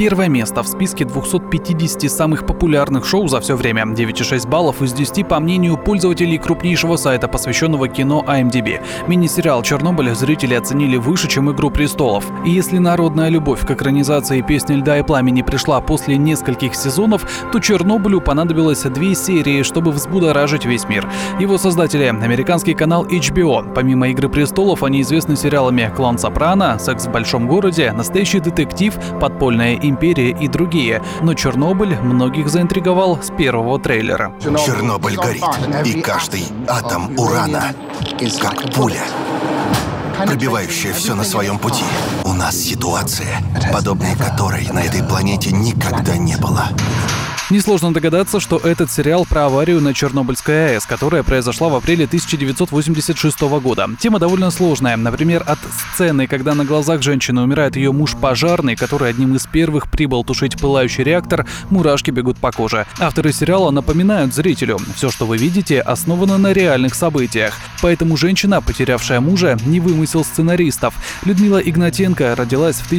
Первое место в списке 250 самых популярных шоу за все время. 9,6 баллов из 10 по мнению пользователей крупнейшего сайта, посвященного кино IMDb. Мини-сериал «Чернобыль» зрители оценили выше, чем «Игру престолов». И если народная любовь к экранизации «Песни льда и пламени» пришла после нескольких сезонов, то «Чернобылю» понадобилось 2 серии, чтобы взбудоражить весь мир. Его создатели — американский канал HBO. Помимо «Игры престолов» они известны сериалами «Клан Сопрано», «Секс в большом городе», «Настоящий детектив», «Подпольная империя» и другие. Но «Чернобыль» многих заинтриговал с первого трейлера. Чернобыль горит, и каждый атом урана, как пуля, пробивающая все на своем пути. У нас ситуация, подобной которой на этой планете никогда не было. Несложно догадаться, что этот сериал про аварию на Чернобыльской АЭС, которая произошла в апреле 1986 года. Тема довольно сложная. Например, от сцены, когда на глазах женщины умирает ее муж пожарный, который одним из первых прибыл тушить пылающий реактор, мурашки бегут по коже. Авторы сериала напоминают зрителю: все, что вы видите, основано на реальных событиях. Поэтому женщина, потерявшая мужа, не вымысел сценаристов. Людмила Игнатенко родилась в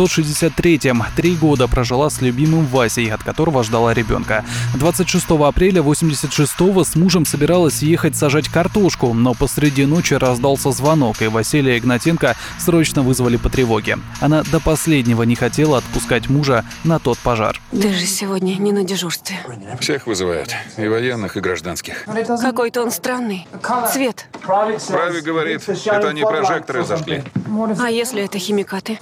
1963-м. 3 года прожила с любимым Васей, от которого ждала ребенка. 26 апреля 86-го с мужем собиралась ехать сажать картошку, но посреди ночи раздался звонок, и Василия Игнатенко срочно вызвали по тревоге. Она до последнего не хотела отпускать мужа на тот пожар. Ты же сегодня не на дежурстве. Всех вызывают, и военных, и гражданских. Какой-то он странный. Цвет. Праве говорит, это они прожекторы зажгли. А если это химикаты?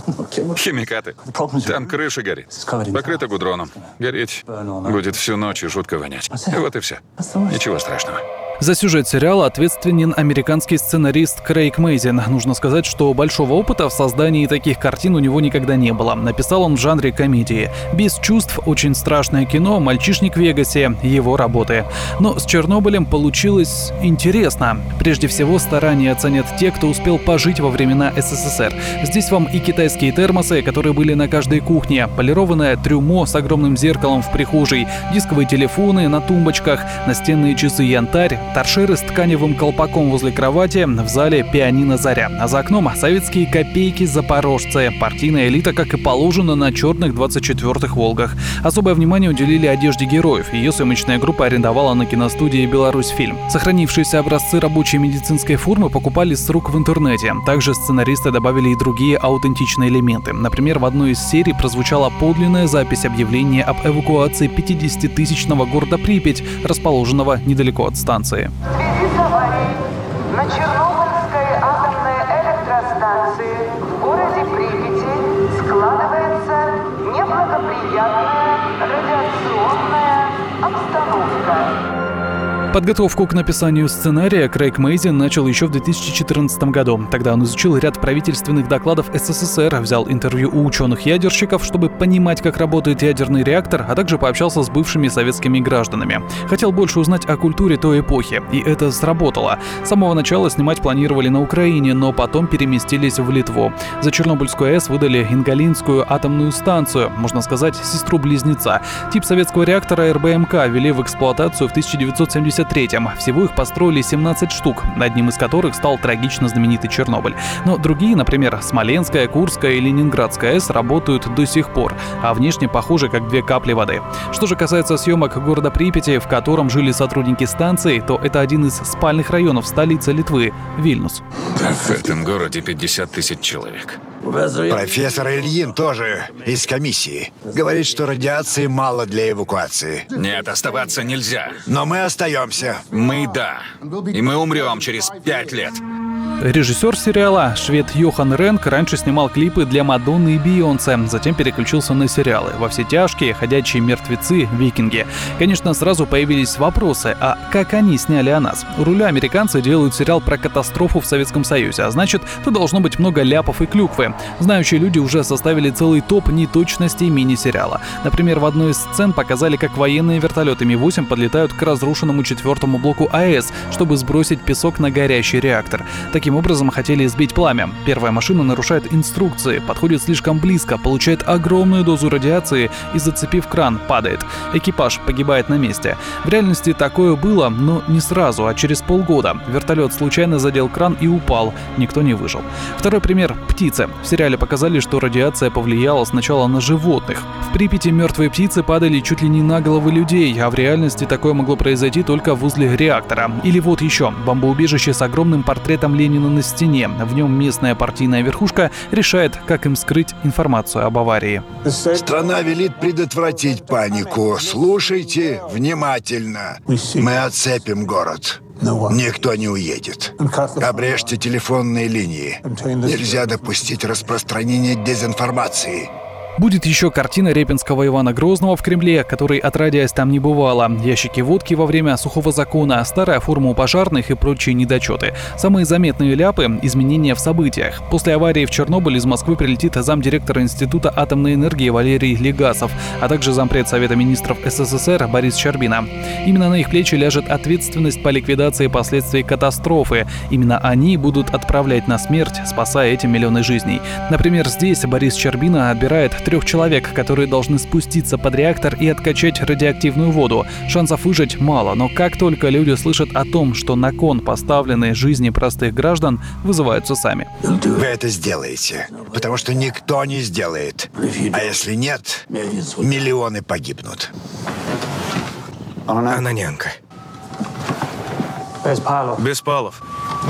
Химикаты. Там крыша горит. Покрыта гудроном. Гореть будет всю ночь и жутко вонять. Вот и все. Ничего страшного. За сюжет сериала ответственен американский сценарист Крейг Мейзин. Нужно сказать, что большого опыта в создании таких картин у него никогда не было. Написал он в жанре комедии. «Без чувств», «Очень страшное кино», «Мальчишник в Вегасе» — его работы. Но с «Чернобылем» получилось интересно. Прежде всего, старания оценят те, кто успел пожить во времена СССР. Здесь вам и китайские термосы, которые были на каждой кухне, полированное трюмо с огромным зеркалом в прихожей, дисковые телефоны на тумбочках, настенные часы «Янтарь», торшеры с тканевым колпаком возле кровати, в зале пианино «Заря». А за окном советские копейки «Запорожцы». Партийная элита, как и положено, на черных 24-х «Волгах». Особое внимание уделили одежде героев. Ее съемочная группа арендовала на киностудии «Беларусьфильм». Сохранившиеся образцы рабочей медицинской формы покупали с рук в интернете. Также сценаристы добавили и другие аутентичные элементы. Например, в одной из серий прозвучала подлинная запись объявления об эвакуации 50-тысячного города Припять, расположенного недалеко от станции. В связи с аварией на Чернобыльской атомной электростанции в городе Припяти складывается неблагоприятная радиационная обстановка. Подготовку к написанию сценария Крейг Мейзин начал еще в 2014 году. Тогда он изучил ряд правительственных докладов СССР, взял интервью у ученых-ядерщиков, чтобы понимать, как работает ядерный реактор, а также пообщался с бывшими советскими гражданами. Хотел больше узнать о культуре той эпохи, и это сработало. С самого начала снимать планировали на Украине, но потом переместились в Литву. За Чернобыльскую АЭС выдали Ингалинскую атомную станцию, можно сказать, сестру-близнеца. Тип советского реактора РБМК ввели в эксплуатацию в 1973-м. Всего их построили 17 штук, одним из которых стал трагично знаменитый Чернобыль. Но другие, например, Смоленская, Курская и Ленинградская АЭС, работают до сих пор, а внешне похожи как 2 капли воды. Что же касается съемок города Припяти, в котором жили сотрудники станции, то это один из спальных районов столицы Литвы — Вильнюс. В этом городе 50 тысяч человек. Профессор Ильин тоже из комиссии. Говорит, что радиации мало для эвакуации. Нет, оставаться нельзя. Но мы остаемся. Мы да. И мы умрем через 5 лет. Режиссер сериала, швед Йохан Ренк, раньше снимал клипы для Мадонны и Бейонсе, затем переключился на сериалы «Во все тяжкие», «Ходячие мертвецы», «Викинги». Конечно, сразу появились вопросы, а как они сняли о нас? У руля американцы делают сериал про катастрофу в Советском Союзе, а значит, тут должно быть много ляпов и клюквы. Знающие люди уже составили целый топ неточностей мини-сериала. Например, в одной из сцен показали, как военные вертолеты Ми-8 подлетают к разрушенному 4-му блоку АЭС, чтобы сбросить песок на горящий реактор. Таким Таким образом, хотели сбить пламя. Первая машина нарушает инструкции, подходит слишком близко, получает огромную дозу радиации и, зацепив кран, падает. Экипаж погибает на месте. В реальности такое было, но не сразу, а через полгода. Вертолет случайно задел кран и упал. Никто не выжил. Второй пример – птицы. В сериале показали, что радиация повлияла сначала на животных. В Припяти мертвые птицы падали чуть ли не на головы людей, а в реальности такое могло произойти только возле реактора. Или вот еще – бомбоубежище с огромным портретом Ленина на стене. В нем местная партийная верхушка решает, как им скрыть информацию об аварии. Страна велит предотвратить панику. Слушайте внимательно. Мы отцепим город. Никто не уедет. Обрежьте телефонные линии. Нельзя допустить распространения дезинформации. Будет еще картина Репинского Ивана Грозного в Кремле, которой отродясь там не бывало. Ящики водки во время сухого закона, старая форма у пожарных и прочие недочеты. Самые заметные ляпы – изменения в событиях. После аварии в Чернобыль из Москвы прилетит замдиректора Института атомной энергии Валерий Легасов, а также зампред Совета министров СССР Борис Щербина. Именно на их плечи ляжет ответственность по ликвидации последствий катастрофы. Именно они будут отправлять на смерть, спасая этим миллионы жизней. Например, здесь Борис Щербина отбирает 3 человек, которые должны спуститься под реактор и откачать радиоактивную воду. Шансов выжить мало, но как только люди слышат о том, что на кон поставлены жизни простых граждан, вызываются сами. Вы это сделаете, потому что никто не сделает. А если нет, миллионы погибнут. Ананенко. Беспалов.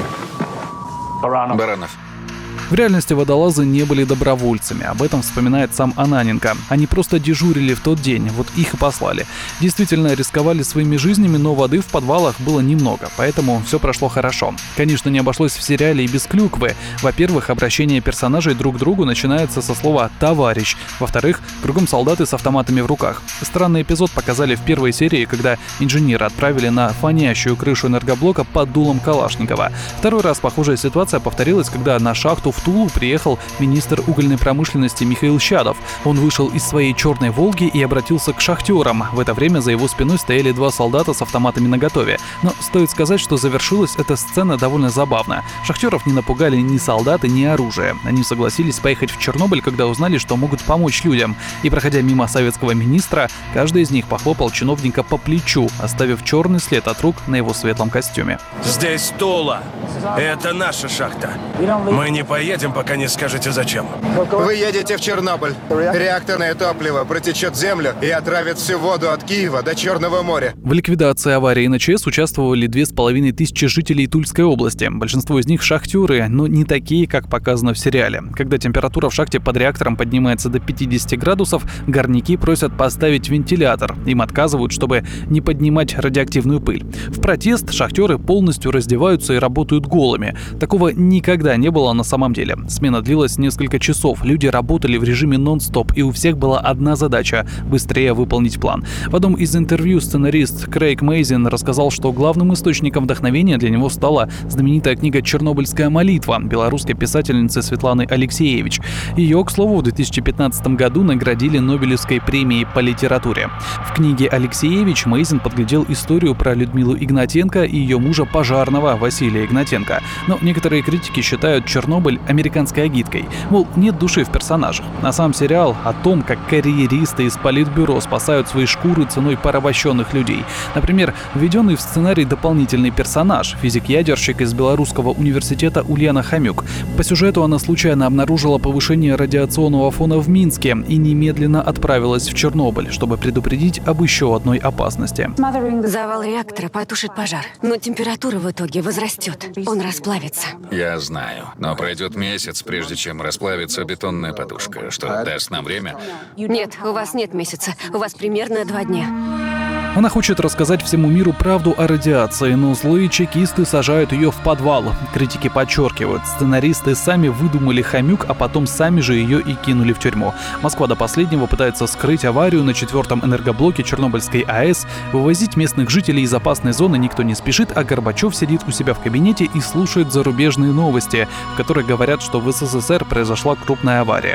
Баранов. В реальности водолазы не были добровольцами, об этом вспоминает сам Ананенко. Они просто дежурили в тот день, вот их и послали. Действительно рисковали своими жизнями, но воды в подвалах было немного, поэтому все прошло хорошо. Конечно, не обошлось в сериале и без клюквы. Во-первых, обращение персонажей друг к другу начинается со слова «товарищ». Во-вторых, кругом солдаты с автоматами в руках. Странный эпизод показали в первой серии, когда инженера отправили на фонящую крышу энергоблока под дулом Калашникова. Второй раз похожая ситуация повторилась, когда на шахту в Тулу приехал министр угольной промышленности Михаил Щадов. Он вышел из своей черной «Волги» и обратился к шахтерам. В это время за его спиной стояли 2 солдата с автоматами наготове. Но стоит сказать, что завершилась эта сцена довольно забавно. Шахтеров не напугали ни солдаты, ни оружие. Они согласились поехать в Чернобыль, когда узнали, что могут помочь людям. И проходя мимо советского министра, каждый из них похлопал чиновника по плечу, оставив черный след от рук на его светлом костюме. Здесь Тула. Это наша шахта. Мы не поедем, пока не скажете зачем. Вы едете в Чернобыль. Реакторное топливо протечет в землю и отравит всю воду от Киева до Черного моря. В ликвидации аварии на ЧАЭС участвовали 2500 жителей Тульской области. Большинство из них шахтеры, но не такие, как показано в сериале. Когда температура в шахте под реактором поднимается до 50 градусов, горняки просят поставить вентилятор. Им отказывают, чтобы не поднимать радиоактивную пыль. В протест шахтеры полностью раздеваются и работают голыми. Такого никогда не было на самом деле. Смена длилась несколько часов, люди работали в режиме нон-стоп, и у всех была одна задача – быстрее выполнить план. В одном из интервью сценарист Крейг Мейзин рассказал, что главным источником вдохновения для него стала знаменитая книга «Чернобыльская молитва» белорусской писательницы Светланы Алексеевич. Ее, к слову, в 2015 году наградили Нобелевской премией по литературе. В книге Алексеевич Мейзин подглядел историю про Людмилу Игнатенко и ее мужа пожарного Василия Игнатенко. Но некоторые критики считают Чернобыль американской агиткой. Мол, нет души в персонажах. А сам сериал о том, как карьеристы из политбюро спасают свои шкуры ценой порабощенных людей. Например, введенный в сценарий дополнительный персонаж – физик-ядерщик из Белорусского университета Ульяна Хомюк. По сюжету она случайно обнаружила повышение радиационного фона в Минске и немедленно отправилась в Чернобыль, чтобы предупредить об еще одной опасности. Завал реактора потушит пожар, но температура в итоге возрастет. Он расплавится. Я знаю, но пройдет месяц, прежде чем расплавится бетонная подушка, что даст нам время. Нет, у вас нет месяца. У вас примерно 2 дня. Она хочет рассказать всему миру правду о радиации, но злые чекисты сажают ее в подвал. Критики подчеркивают, сценаристы сами выдумали Хомюк, а потом сами же ее и кинули в тюрьму. Москва до последнего пытается скрыть аварию на 4-м энергоблоке Чернобыльской АЭС. Вывозить местных жителей из опасной зоны никто не спешит, а Горбачев сидит у себя в кабинете и слушает зарубежные новости, в которых говорят, что в СССР произошла крупная авария.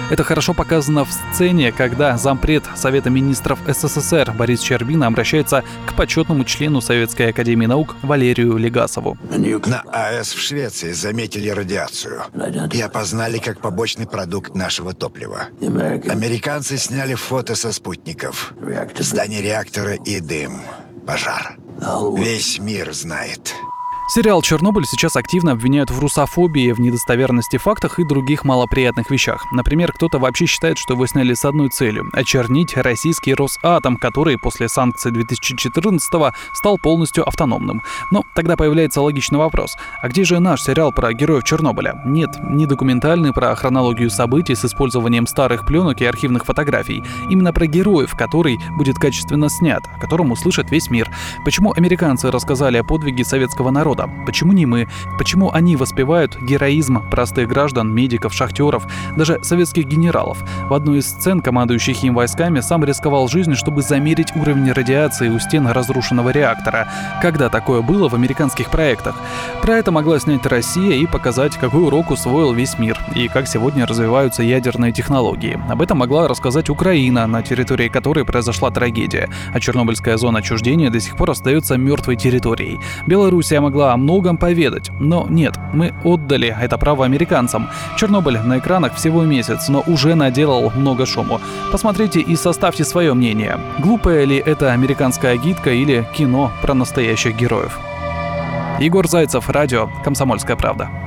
Это хорошо показано в сцене, когда зампред Совета министров СССР Борис Щербина обращается к почетному члену Советской академии наук Валерию Легасову. На АЭС в Швеции заметили радиацию и опознали как побочный продукт нашего топлива. Американцы сняли фото со спутников. Здание реактора и дым. Пожар. Весь мир знает. Сериал «Чернобыль» сейчас активно обвиняют в русофобии, в недостоверности фактах и других малоприятных вещах. Например, кто-то вообще считает, что его сняли с одной целью – очернить российский Росатом, который после санкций 2014-го стал полностью автономным. Но тогда появляется логичный вопрос – а где же наш сериал про героев Чернобыля? Нет, не документальный про хронологию событий с использованием старых пленок и архивных фотографий. Именно про героев, который будет качественно снят, о котором услышит весь мир. Почему американцы рассказали о подвиге советского народа? Почему не мы? Почему они воспевают героизм простых граждан, медиков, шахтеров, даже советских генералов? В одной из сцен командующий им войсками сам рисковал жизнью, чтобы замерить уровень радиации у стен разрушенного реактора. Когда такое было в американских проектах? Про это могла снять Россия и показать, какой урок усвоил весь мир и как сегодня развиваются ядерные технологии. Об этом могла рассказать Украина, на территории которой произошла трагедия, а Чернобыльская зона отчуждения до сих пор остается мертвой территорией. Белоруссия могла о многом поведать, но нет, мы отдали это право американцам. Чернобыль на экранах всего месяц, но уже наделал много шуму. Посмотрите и составьте свое мнение. Глупая ли это американская агитка или кино про настоящих героев? Егор Зайцев, радио «Комсомольская правда».